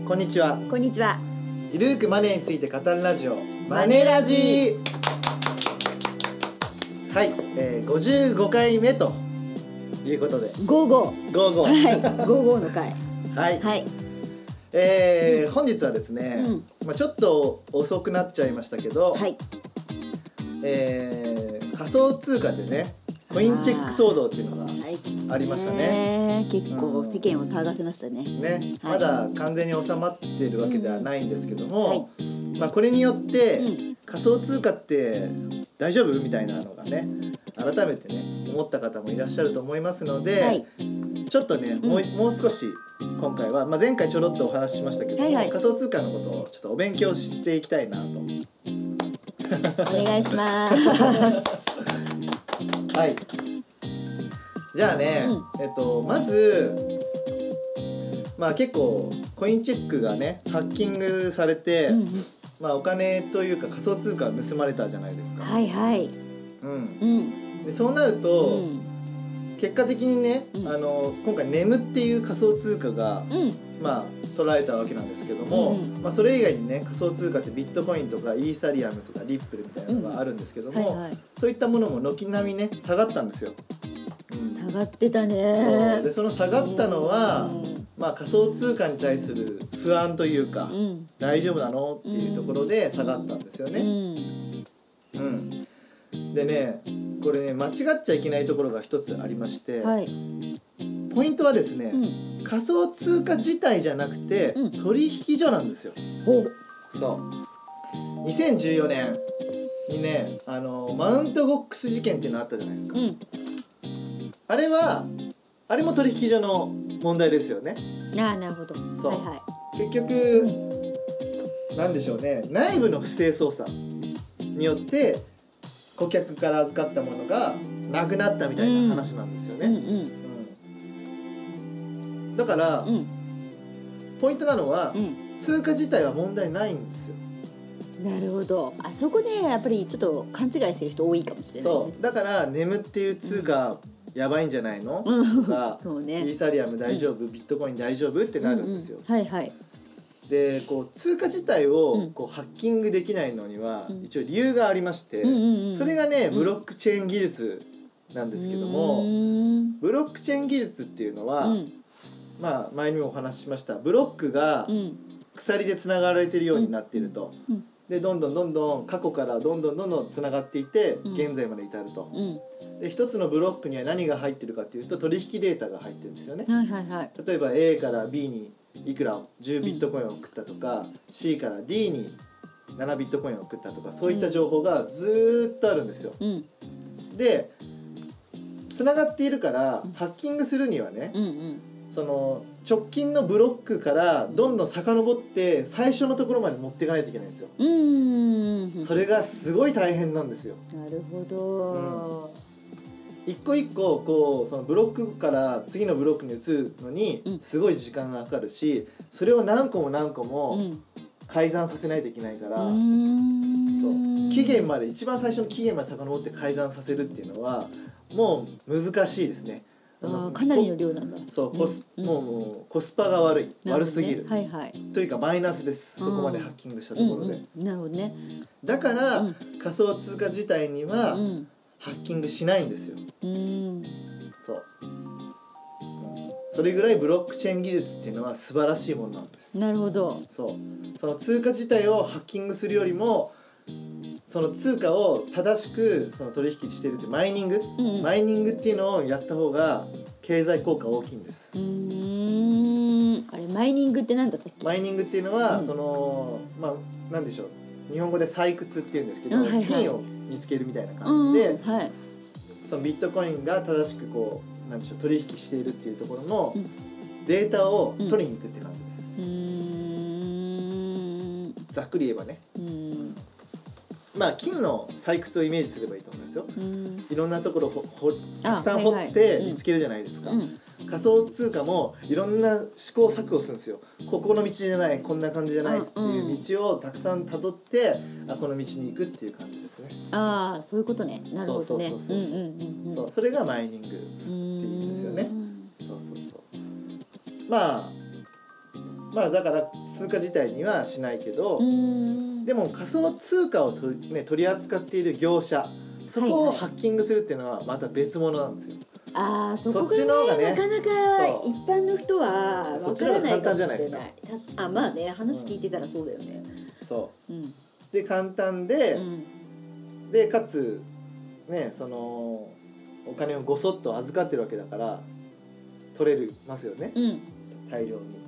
こんにちは。 こんにちは。 ゆるーくマネーについて語るラジオマネラジ。はい、55回目ということで 55はい55の回はい、 はい、 本日はですね、ちょっと遅くなっちゃいましたけど、 はい、 仮想通貨でねコインチェック騒動っていうのがありましたね。 結構世間を騒がせましたね。 まだ完全に収まっているわけではないんですけども、 はい、 これによって、仮想通貨って大丈夫みたいなのがね改めてね思った方もいらっしゃると思いますので、はい、ちょっとね、もう少し今回は、前回ちょろっとお話ししましたけども、仮想通貨のことをちょっとお勉強していきたいなとお願いしますはい、じゃあね、まず結構コインチェックがねハッキングされて、お金というか仮想通貨が盗まれたじゃないですか。 はいはい。 でそうなると、結果的にね、今回ネムっていう仮想通貨が、取られたわけなんですけども、それ以外にね仮想通貨ってビットコインとかイーサリアムとかリップルみたいなのがあるんですけども、そういったものも軒並みね下がったんですよ。 下がってたね。 その下がったのは、仮想通貨に対する不安というか、大丈夫なのっていうところで下がったんですよね。でねこれね間違っちゃいけないところが一つありまして、ポイントはですね、仮想通貨自体じゃなくて、取引所なんですよ。そう2014年にねマウントゴックス事件っていうのあったじゃないですか。あれも取引所の問題ですよね。 なるほど。 そう、結局、なんでしょうね、内部の不正操作によって顧客から預かったものがなくなったみたいな話なんですよね。だから、ポイントなのは、通貨自体は問題ないんですよ。 なるほど。あそこでやっぱりちょっと勘違いしてる人多いかもしれないね。 そうだからネムっていう通貨、やばいんじゃないのとか、イーサリアム大丈夫、ビットコイン大丈夫ってなるんですよ。で通貨自体をハッキングできないのには一応理由がありまして、それがねブロックチェーン技術なんですけども、ブロックチェーン技術っていうのは、前にもお話ししましたブロックが鎖でつながられてるようになっていると。でどんどん過去からどんどんつながっていて、現在まで至ると。で一つのブロックには何が入ってるかっていうと取引データが入ってるんですよね。例えば A から B にいくらを10ビットコインを送ったとか、C から D に7ビットコインを送ったとか、そういった情報がずっとあるんですよ。でつながっているからハッキングするにはね、その直近のブロックからどんどん遡って最初のところまで持っていかないといけないんですよ。それがすごい大変なんですよ。 なるほど。 一個一個そのブロックから次のブロックに移るのにすごい時間がかかるし、それを何個も改ざんさせないといけないから、そう期限まで一番最初の期限まで遡って改ざんさせるっていうのはもう難しいですね。 かなりの量なんだ。 そうもうコスパが悪すぎる、というかマイナスです。そこまでハッキングしたところで。 なるほどね。 だから、仮想通貨自体にはハッキングしないんですよ。そう、それぐらいブロックチェーン技術っていうのは素晴らしいものなんです。なるほど。その通貨自体をハッキングするよりもその通貨を正しくその取引しているというマイニングっていうのをやった方が経済効果大きいんです。 あれマイニングって何だったっけ？ マイニングっていうのは、そのなんでしょう、日本語で採掘っていうんですけど、金を見つけるみたいな感じで、そのビットコインが正しくなんでしょう取引しているっていうところのデータを取りに行くって感じです。ざっくり言えばね。金の採掘をイメージすればいいと思うんですよ。いろんなところをたくさん掘って見つけるじゃないですか。仮想通貨もいろんな試行錯誤するんですよ。ここの道じゃない、こんな感じじゃないっていう道をたくさん辿ってこの道に行くっていう感じですね。 そういうことね。なるほどね。 それがマイニングっていうんですよね。 まあだから通貨自体にはしないけど、でも仮想通貨を取り扱っている業者、そこをハッキングするっていうのはまた別物なんですよ。 そこがね、なかなか一般の人は分からないかもしれない。まあね、話聞いてたらそうだよね。 そう。で簡単で、でかつね、そのお金をごそっと預かってるわけだから取れますよね、大量に。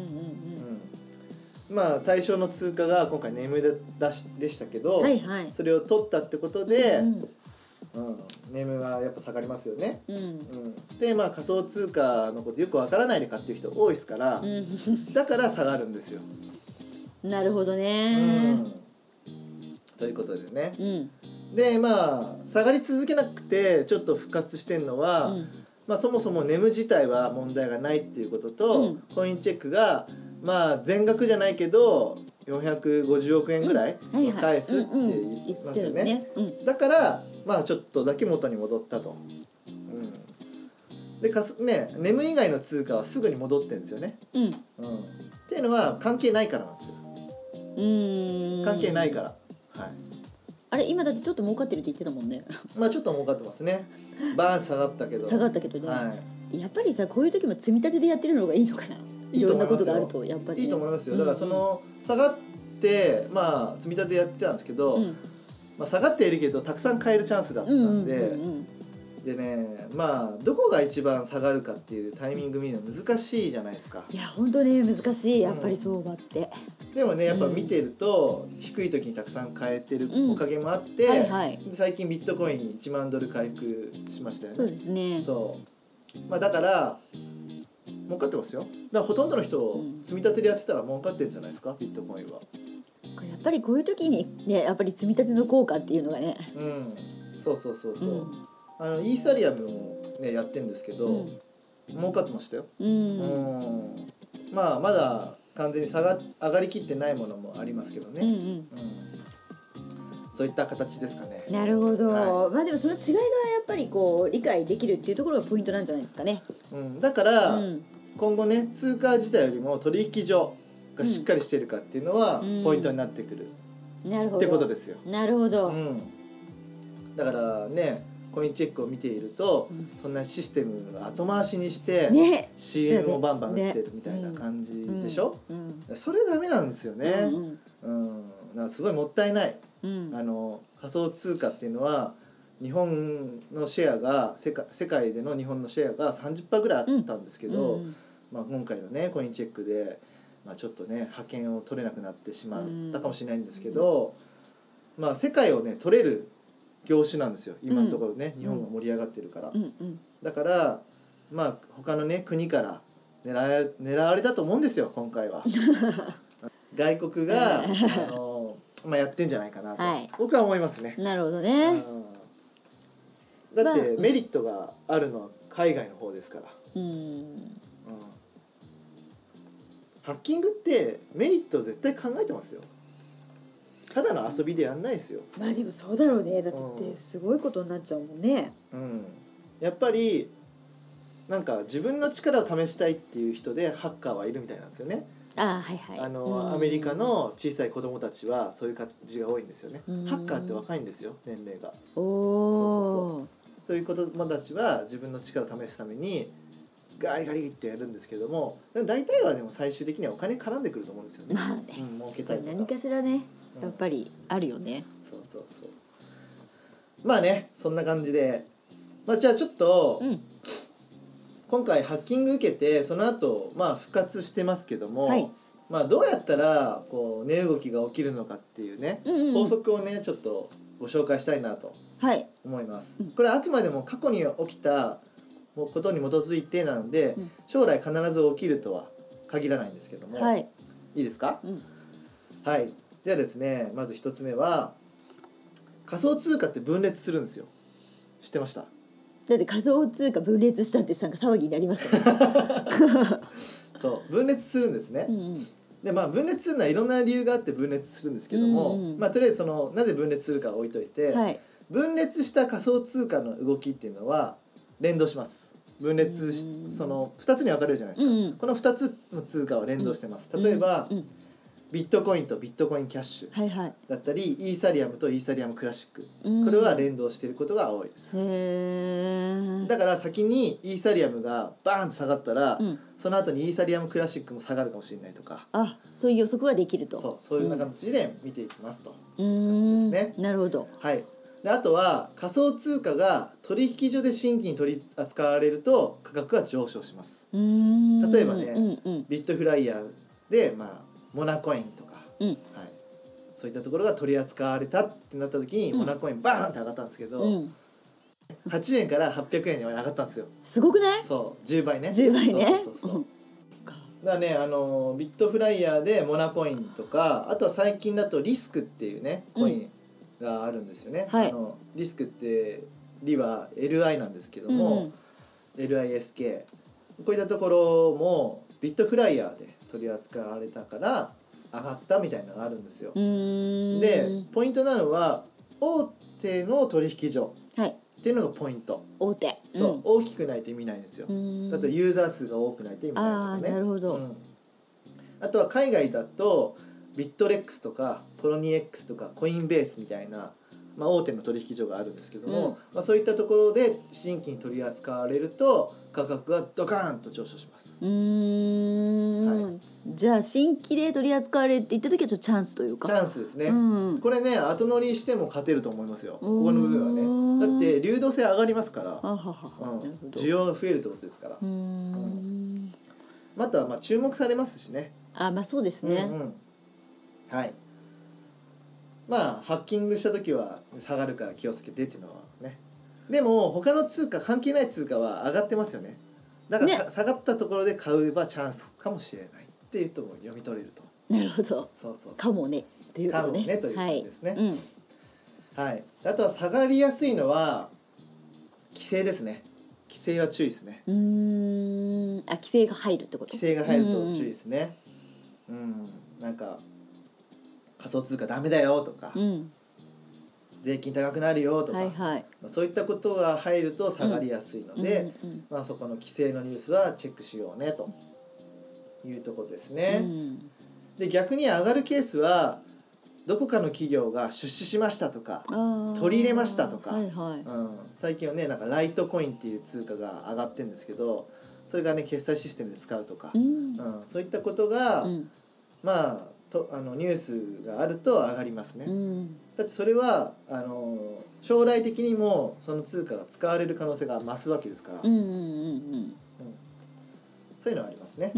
まあ対象の通貨が今回ネームでしたけど、それを取ったってことで、ネームがやっぱ下がりますよね。でまあ仮想通貨のことよくわからないで買ってる人多いですから、だから下がるんですよ。 なるほどね。 ということでね。でまあ下がり続けなくてちょっと復活してるのは、まあそもそもネム自体は問題がないっていうことと、コインチェックがまあ全額じゃないけど450億円ぐらい返すって言ってますよね。だからまあちょっとだけ元に戻ったと。でネム以外の通貨はすぐに戻ってるんですよね。っていうのは関係ないからなんですよ。関係ないから。 あれ今だってちょっと儲かってるって言ってたもんね。 まあちょっと儲かってますね。バーンって下がったけど。 下がったけどね。やっぱりさ、こういう時も積み立てでやってるのがいいのかな。いろんなことがあるとやっぱり。いいと思いますよ。 だからその下がってまあ積み立てやってたんですけど、まあ下がっているけどたくさん買えるチャンスだったんで、でね、まあどこが一番下がるかっていうタイミング見るの難しいじゃないですか。 いや本当ね難しい、やっぱり相場って。 でもねやっぱ見てると、低い時にたくさん買えてるおかげもあって、最近ビットコイン1万ドル回復しましたよね。 そうですね。 まあだから儲かってますよ。だからほとんどの人積み立てでやってたら儲かってるんじゃないですか、ビットコインは。 やっぱりこういう時にね、やっぱり積み立ての効果っていうのがね。 そう。イーサリアムをねやってるんですけど、儲かってましたよ。まあまだ完全に上がりきってないものもありますけどね。そういった形ですかね。 なるほど。まあでもその違いがやっぱりこう理解できるっていうところがポイントなんじゃないですかね。 だから、今後ね通貨自体よりも取引所がしっかりしているかっていうのはポイントになってくる、ってことですよ。 なるほど。 だからねコインチェックを見ていると、そんなシステムの後回しにして、CM をバンバン打ってるみたいな感じでしょ。それダメなんですよね。だからすごいもったいない。仮想通貨っていうのは日本のシェアが世界での日本のシェアが 30% ぐらいあったんですけど、まあ、今回のねコインチェックで、まあ、ちょっとね覇権を取れなくなってしまったかもしれないんですけど、まあ世界をね取れる業種なんですよ今のところね、日本が盛り上がってるから、だからまあ他のね国から狙われたと思うんですよ今回は。外国がまあやってんじゃないかなと、僕は思いますね。 なるほどね。 だってメリットがあるのは海外の方ですから。ハッキングってメリット絶対考えてますよ。ただの遊びでやんないですよ。 まあでもそうだろうね。だってすごいことになっちゃうもんね。 やっぱりなんか自分の力を試したいっていう人でハッカーはいるみたいなんですよね。 アメリカの小さい子供たちはそういう感じが多いんですよね。ハッカーって若いんですよ年齢が。そういう子供たちは自分の力を試すためにガリガリってやるんですけども、大体はでも最終的にはお金絡んでくると思うんですよね。 まあね、 儲けたいとか何かしらねやっぱりあるよね。 まあねそんな感じで、まあじゃあちょっと、今回ハッキング受けてその後まあ復活してますけども、まあどうやったらこう値動きが起きるのかっていうね、法則をねちょっとご紹介したいなと思います。これはあくまでも過去に起きたことに基づいてなので、将来必ず起きるとは限らないんですけども、いいですか？はい。ではですね、まず一つ目は仮想通貨って分裂するんですよ。知ってました？ だって仮想通貨分裂したってなんか騒ぎになりましたね。 そう分裂するんですね。でまあ分裂するのはいろんな理由があって分裂するんですけども、まあとりあえずなぜ分裂するかは置いといて、分裂した仮想通貨の動きっていうのは連動します。 分裂その2つに分かれるじゃないですか、この2つの通貨は連動してます。例えば、ビットコインとビットコインキャッシュだったり、イーサリアムとイーサリアムクラシック、これは連動していることが多いです。だから先にイーサリアムがバーンと下がったら、その後にイーサリアムクラシックも下がるかもしれないとか、 そういう予測ができると。 そういうような形で見ていきますというですね。 なるほど。 はい。であとは仮想通貨が取引所で新規に取り扱われると価格が上昇します。例えばね、ビットフライヤーでモナコインとか、はい、そういったところが取り扱われたってなった時に、モナコインバーンって上がったんですけど、8円から800円に上がったんですよ。 すごくない？ そう10倍ね。 10倍ね。 そうだからね、ビットフライヤーでモナコインとか、あとは最近だとリスクっていうねコインがあるんですよね。リスクってリは LI なんですけども、LISK こういったところもビットフライヤーで取り扱われたから上がったみたいなのがあるんですよ。でポイントなのは大手の取引所っていうのがポイント。 大手、 そう大きくないと意味ないんですよ。だとユーザー数が多くないと意味ないとかね。 なるほど。 あとは海外だとビットレックスとかポロニエックスとかコインベースみたいな、大手の取引所があるんですけども、そういったところで新規に取り扱われると価格がドカーンと上昇します。 じゃあ新規で取り扱われるって言った時はちょっとチャンスというか。 チャンスですね。これね後乗りしても勝てると思いますよ。ここの部分はね。だって流動性上がりますから、需要が増えるってことですから。あとは注目されますしね。 そうですね。 はい。ハッキングした時は下がるから気をつけてっていうのはね。でも他の通貨関係ない通貨は上がってますよね。だから下がったところで買えばチャンスかもしれないっていうとも読み取れると。 なるほど。かもねっていうことね。 かもねということですね。はい。あとは下がりやすいのは規制ですね。規制は注意ですね。 規制が入るってこと？ 規制が入ると注意ですね。なんか仮想通貨ダメだよとか、税金高くなるよとか、そういったことが入ると下がりやすいので、そこの規制のニュースはチェックしようねというところですね。で逆に上がるケースはどこかの企業が出資しましたとか取り入れましたとか、最近はねなんかライトコインっていう通貨が上がってるんですけど、それがね決済システムで使うとか、そういったことが、ニュースがあると上がりますね。だってそれは将来的にもその通貨が使われる可能性が増すわけですから、そういうのはありますね。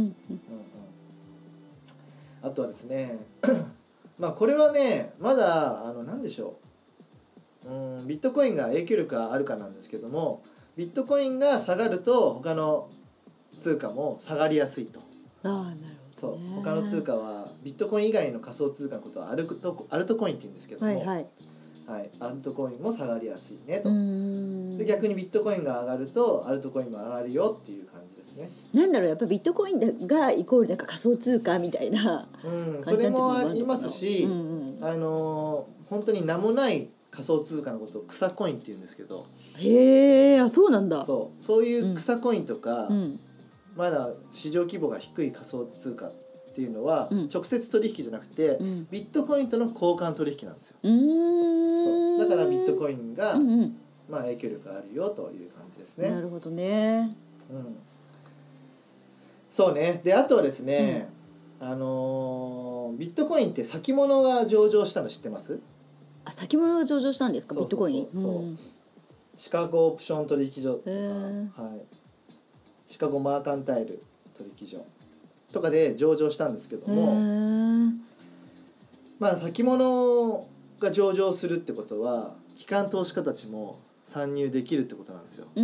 あとはですねこれはねまだ何でしょう、ビットコインが影響力があるかなんですけども、ビットコインが下がると他の通貨も下がりやすいと。 なるほどね。 そう他の通貨はビットコイン以外の仮想通貨のことはアルトコインって言うんですけども、アルトコインも下がりやすいねと。で逆にビットコインが上がるとアルトコインも上がるよっていう感じですね。 やっぱビットコインがイコールなんか仮想通貨みたいな、 それもありますし、本当に名もない仮想通貨のことを草コインって言うんですけど、 そうなんだ。 そういう草コインとか、まだ市場規模が低い仮想通貨っていうのは、直接取引じゃなくて、ビットコインとの交換取引なんですよ。だからビットコインが、影響力があるよという感じですね。 なるほどね。 そうね。であとはですね、ビットコインって先物が上場したの知ってます？ 先物が上場したんですか？ビットコイン。 シカゴオプション取引所とか、シカゴマーカンタイル取引所とかで上場したんですけども、先物が上場するってことは機関投資家たちも参入できるってことなんですよ。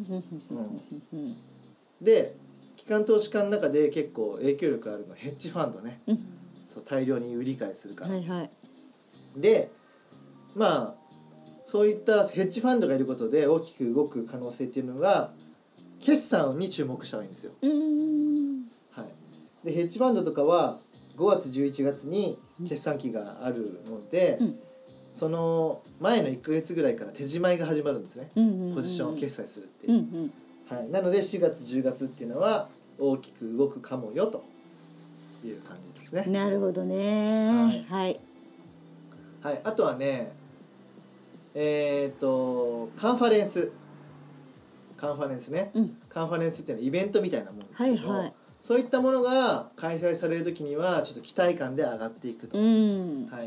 で機関投資家の中で結構影響力あるのはヘッジファンドね、大量に売り買いするから、でそういったヘッジファンドがいることで大きく動く可能性っていうのが決算に注目した方がいいんですよ。でヘッジファンドとかは5月11月に決算期があるので、その前の1ヶ月ぐらいから手仕舞いが始まるんですね。ポジションを決済するっていう。 はい、なので4月10月っていうのは大きく動くかもよという感じですね。 なるほどね。はい、 はい、あとはねカンファレンスね、カンファレンスっていうのはイベントみたいなものですけど、そういったものが開催される時にはちょっと期待感で上がっていくと、はい、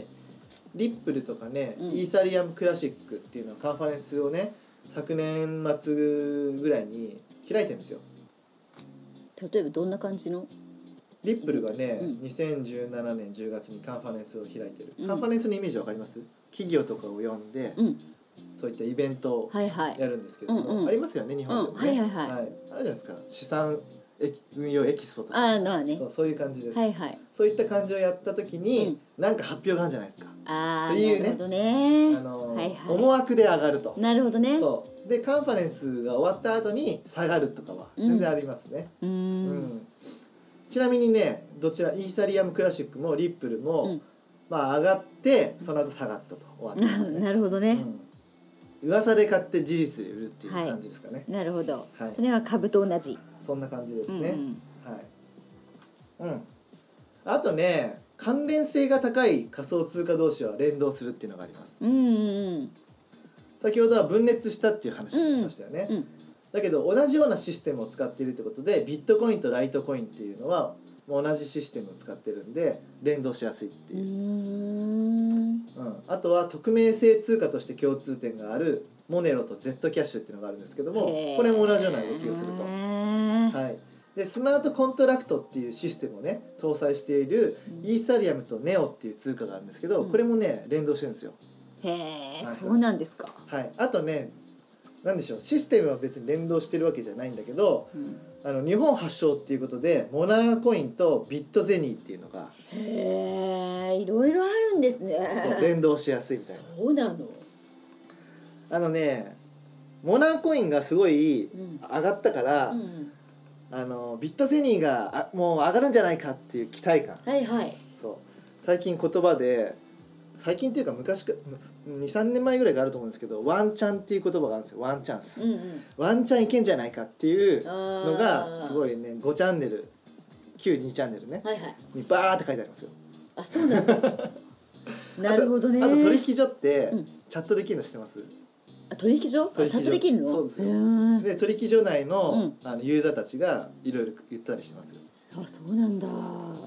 リップルとかね、イーサリアムクラシックっていうのはカンファレンスをね昨年末ぐらいに開いてるんですよ。 例えばどんな感じの？ リップルがね、2017年10月にカンファレンスを開いてる、カンファレンスのイメージわかります？企業とかを呼んで、そういったイベントをやるんですけども、ありますよね日本でもね、あるじゃないですか、資産運用エキスポとか、そういう感じです、そういった感じをやった時に、なんか発表があるんじゃないですかというね、思惑で上がると。 なるほどね。 そうでカンファレンスが終わった後に下がるとかは全然ありますね。ちなみにね、どちらイーサリアムクラシックもリップルも、まあ上がってその後下がったと終わった、 なるほどね。 噂で買って事実で売るっていう感じですかね。 なるほど。それは株と同じ。 そんな感じですね。はい。あとね、関連性が高い仮想通貨同士は連動するっていうのがあります。先ほどは分裂したっていう話してましたよね。だけど同じようなシステムを使っているってことで、ビットコインとライトコインっていうのはもう同じシステムを使ってるんで連動しやすいっていう。あとは匿名性通貨として共通点があるモネロと Z キャッシュっていうのがあるんですけども、これも同じような動きをすると。はい。でスマートコントラクトっていうシステムをね搭載しているイーサリアムとネオっていう通貨があるんですけど、これもね連動してるんですよ。 へえ、そうなんですか。 はい。あとね、なんでしょう、システムは別に連動してるわけじゃないんだけど、日本発祥っていうことでモナーコインとビットゼニーっていうのがいろいろあるんですね。 そう連動しやすいみたいな。 そうなの。 モナーコインがすごい上がったから、ビットゼニーがもう上がるんじゃないかっていう期待感。そう最近言葉で、最近っていうか昔か 2,3 年前ぐらいがあると思うんですけど、ワンチャンっていう言葉があるんですよ。ワンチャンス、ワンチャンいけんじゃないかっていうのがすごいね、5チャンネル旧2チャンネルね、にバーって書いてありますよ。 あ、そうなんだ。なるほどね。 あと取引所ってチャットできるの知ってます？ 取引所？チャットできるの？ そうですよ。で取引所内のユーザーたちがいろいろ言ったりしてますよ。 あ、そうなんだ。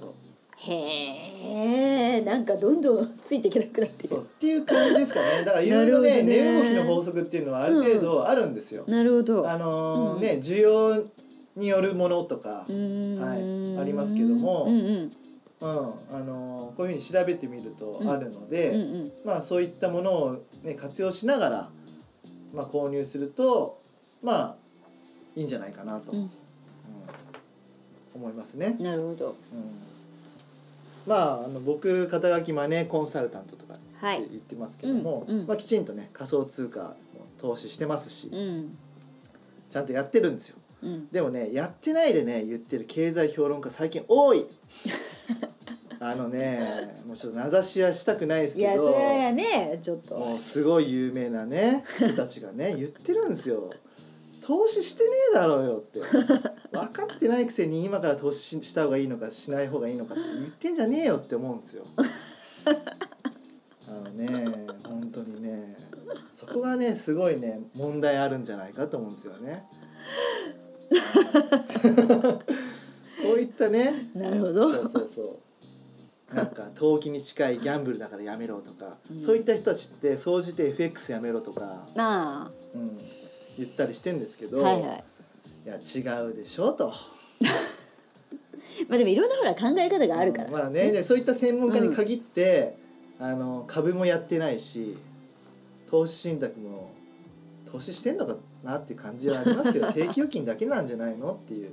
へえ、なんかどんどんついていけなくなってるっていう感じですかね。だからいろいろね、値動きの法則っていうのはある程度あるんですよ。 なるほど。 需要によるものとか、ありますけども、こういうふうに調べてみるとあるので、まあそういったものをね活用しながら、まあ購入するとまあいいんじゃないかなと思いますね。 なるほど。 まあ、僕肩書きマネーコンサルタントとかって言ってますけども、まあ、きちんとね仮想通貨も投資してますし、ちゃんとやってるんですよ。でもね、やってないでね言ってる経済評論家最近多い。もうちょっと名指しはしたくないですけど、いやそれはねちょっともうすごい有名なね人たちがね言ってるんですよ。投資してねえだろうよって分かってないくせに今から投資した方がいいのかしない方がいいのかって言ってんじゃねえよって思うんですよ。本当にね、そこがねすごいね問題あるんじゃないかと思うんですよね。こういったね、 なるほど、 そうなんか投機に近いギャンブルだからやめろとか、そういった人たちって総じて FX やめろとか、言ったりしてんですけど、いや違うでしょと。 まあでもいろんなほら考え方があるから、 まあね、そういった専門家に限って、株もやってないし投資信託も投資してんのかなっていう感じはありますよ。定期預金だけなんじゃないのっていう、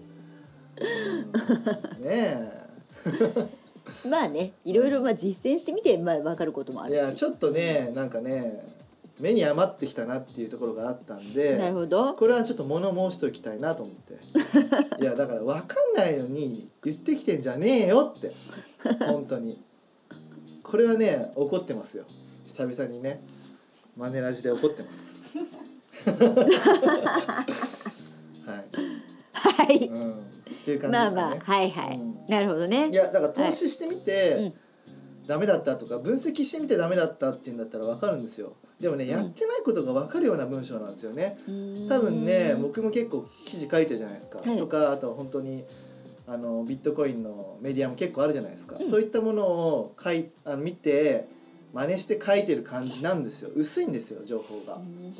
ねえまあね、いろいろ実践してみて分かることもあるし、 いやちょっとねなんかね目に余ってきたなっていうところがあったんで、 なるほど、 これはちょっと物申しておきたいなと思って。いやだから分かんないのに言ってきてんじゃねえよって本当にこれはね怒ってますよ。久々にねマネラジで怒ってます。 はい、 っていう感じですかね。 まあはいはい、なるほどね。 いやだから投資してみて、ダメだったとか分析してみてダメだったっていうんだったら分かるんですよ。でもね、やってないことが分かるような文章なんですよね。多分ね、僕も結構記事書いてるじゃないですか、とかあとは本当にビットコインのメディアも結構あるじゃないですか、そういったものを見て真似して書いてる感じなんですよ。薄いんですよ情報が。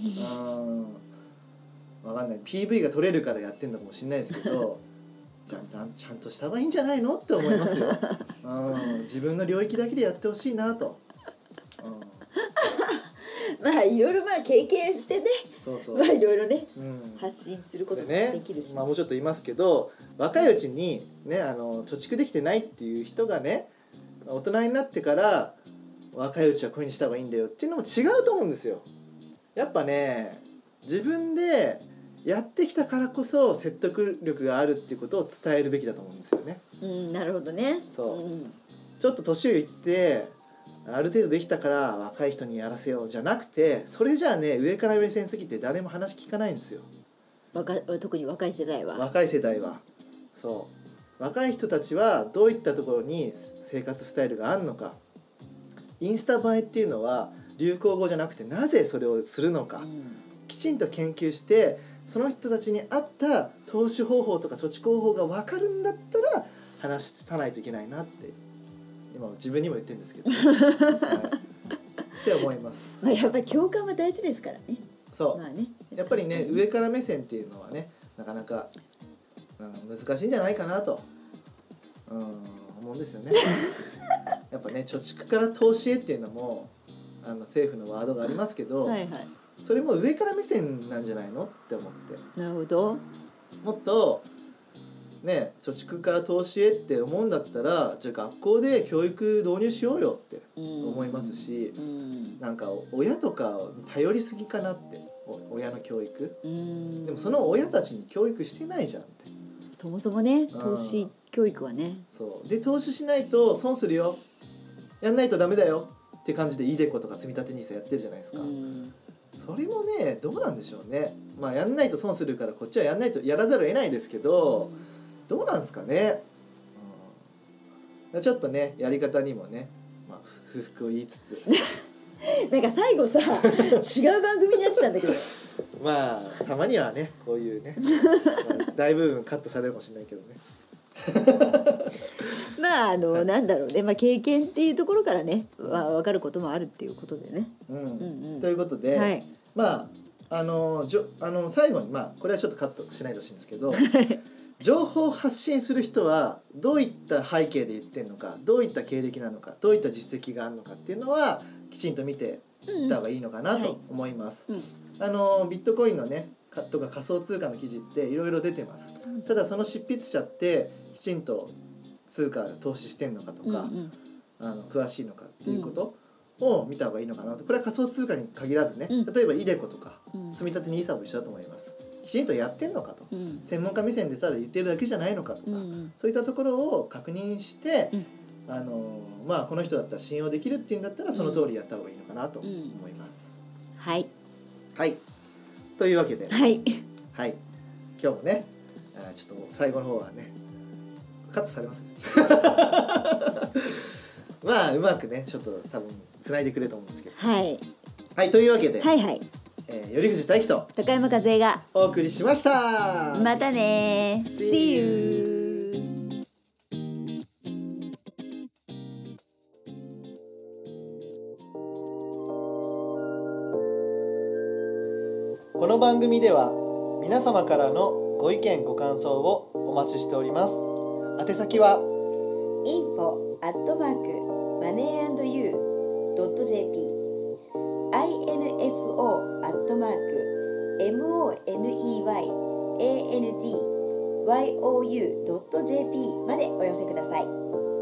分かんない、 PV が取れるからやってんのかもしれないですけどちゃんとした方がいいんじゃないのって思いますよ。自分の領域だけでやってほしいなと。 まあいろいろ経験してね、いろいろね、発信することもできるし、 もうちょっと言いますけど、若いうちにね貯蓄できてないっていう人がね、大人になってから若いうちはこういう風にした方がいいんだよっていうのも違うと思うんですよ。やっぱね、自分でやってきたからこそ説得力があるっていうことを伝えるべきだと思うんですよね。 なるほどね。 そう、ちょっと年をいってある程度できたから若い人にやらせようじゃなくて、それじゃあね、上から目線すぎて誰も話聞かないんですよ。 特に若い世代は。 そう、若い人たちはどういったところに生活スタイルがあるのか、インスタ映えっていうのは流行語じゃなくてなぜそれをするのか、きちんと研究してその人たちに合った投資方法とか貯蓄方法が分かるんだったら話さないといけないなって今自分にも言ってるんですけど、ねって思います。 やっぱり共感は大事ですからね。 そう、やっぱりね、上から目線っていうのはね、なかなか、難しいんじゃないかなと、思うんですよね。やっぱね、貯蓄から投資へっていうのも政府のワードがありますけど、それも上から目線なんじゃないのって思って。 なるほど。 もっとね、貯蓄から投資へって思うんだったら、じゃあ学校で教育導入しようよって思いますし、なんか親とかに頼りすぎかなって、親の教育。でもその親たちに教育してないじゃんって。 そもそもね、投資教育はね。 そうで、投資しないと損するよ、やんないとダメだよって感じでiDeCoとか積立 NISA やってるじゃないですか。それもね、どうなんでしょうね。やんないと損するからこっちはやらざるを得ないですけど、どうなんですかね。ちょっとね、やり方にもね、不服を言いつつなんか最後さ違う番組になってたんだけどたまにはね、こういうね大部分カットされるかもしれないけどね。 なんだろうね、経験っていうところからね、分かることもあるっていうことでね。 ということで、最後にこれはちょっとカットしないでほしいんですけど情報を発信する人はどういった背景で言ってるのか、どういった経歴なのか、どういった実績があるのかっていうのはきちんと見ていった方がいいのかなと思います。ビットコインのねとか仮想通貨の記事っていろいろ出てます。ただその執筆者ってきちんと通貨投資してんのかとか、詳しいのかっていうことを見た方がいいのかなと。これは仮想通貨に限らずね、例えばiDeCoとか積立 NISA も一緒だと思います。きちんとやってんのかと、専門家目線でただ言ってるだけじゃないのかとか、そういったところを確認して、この人だったら信用できるっていうんだったらその通りやった方がいいのかなと思います。はいというわけで、今日もね、ちょっと最後の方はねカットされますね。うまくねちょっと多分繋いでくれると思うんですけど、というわけで、頼藤大樹と高山和恵がお送りしました。 またね See you。 この番組では皆様からのご意見ご感想をお待ちしております。宛先は info@moneyandyou.jp info@moneyandyou.jp までお寄せください。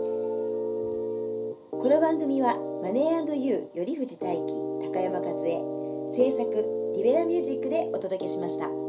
この番組はマネー&ユー頼藤大樹、高山和恵制作リベラミュージックでお届けしました。